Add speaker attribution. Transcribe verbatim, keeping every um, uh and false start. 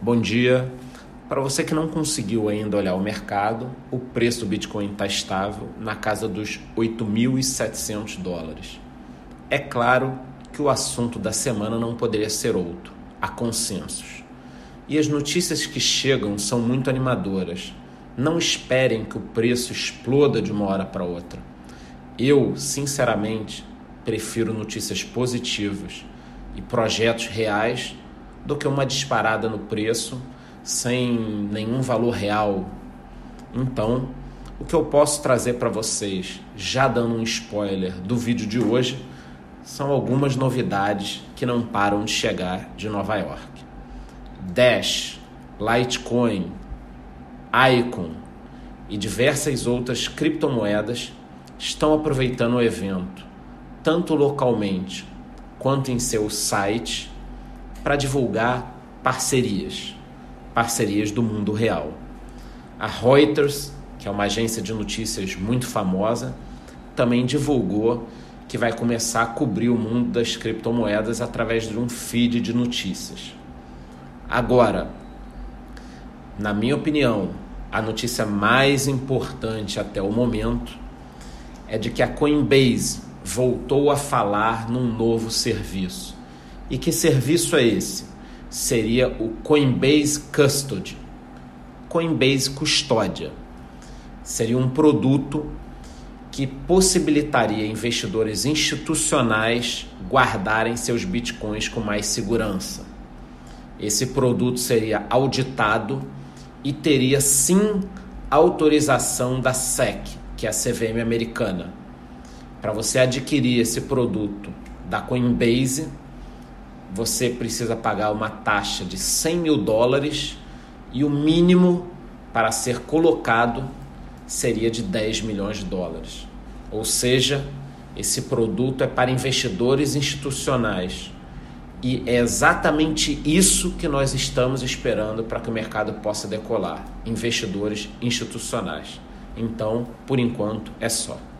Speaker 1: Bom dia. Para você que não conseguiu ainda olhar o mercado, o preço do Bitcoin está estável na casa dos oito mil e setecentos dólares. É claro que o assunto da semana não poderia ser outro, há consensos. E as notícias que chegam são muito animadoras. Não esperem que o preço exploda de uma hora para outra. Eu, sinceramente, prefiro notícias positivas e projetos reais do que uma disparada no preço sem nenhum valor real. Então, o que eu posso trazer para vocês, já dando um spoiler do vídeo de hoje, são algumas novidades que não param de chegar de Nova York. Dash, Litecoin, Icon e diversas outras criptomoedas estão aproveitando o evento, tanto localmente quanto em seu site, para divulgar parcerias, parcerias do mundo real. A Reuters, que é uma agência de notícias muito famosa, também divulgou que vai começar a cobrir o mundo das criptomoedas através de um feed de notícias. Agora, na minha opinião, a notícia mais importante até o momento é de que a Coinbase voltou a falar num novo serviço. E que serviço é esse? Seria o Coinbase Custody. Coinbase Custódia. Seria um produto que possibilitaria investidores institucionais guardarem seus bitcoins com mais segurança. Esse produto seria auditado e teria sim autorização da S E C, que é a C V M americana. Para você adquirir esse produto da Coinbase, você precisa pagar uma taxa de cem mil dólares e o mínimo para ser colocado seria de dez milhões de dólares. Ou seja, esse produto é para investidores institucionais. E é exatamente isso que nós estamos esperando para que o mercado possa decolar. Investidores institucionais. Então, por enquanto, é só.